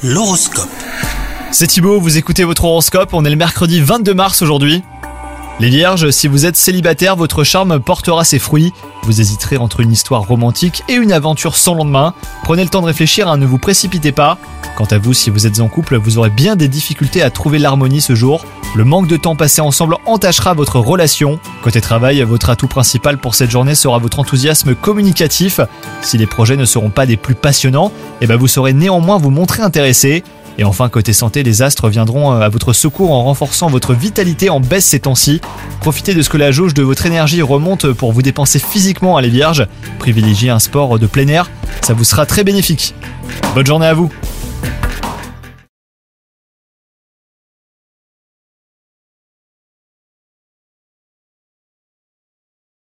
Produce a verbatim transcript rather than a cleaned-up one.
L'horoscope. C'est Thibaut, vous écoutez votre horoscope, on est le mercredi vingt-deux mars aujourd'hui. Les Vierges, si vous êtes célibataire, votre charme portera ses fruits. Vous hésiterez entre une histoire romantique et une aventure sans lendemain. Prenez le temps de réfléchir, hein, ne vous précipitez pas. Quant à vous, si vous êtes en couple, vous aurez bien des difficultés à trouver l'harmonie ce jour. Le manque de temps passé ensemble entachera votre relation. Côté travail, votre atout principal pour cette journée sera votre enthousiasme communicatif. Si les projets ne seront pas des plus passionnants, eh ben vous saurez néanmoins vous montrer intéressé. Et enfin, côté santé, les astres viendront à votre secours en renforçant votre vitalité en baisse ces temps-ci. Profitez de ce que la jauge de votre énergie remonte pour vous dépenser physiquement, hein, les Vierges. Privilégiez un sport de plein air, ça vous sera très bénéfique. Bonne journée à vous!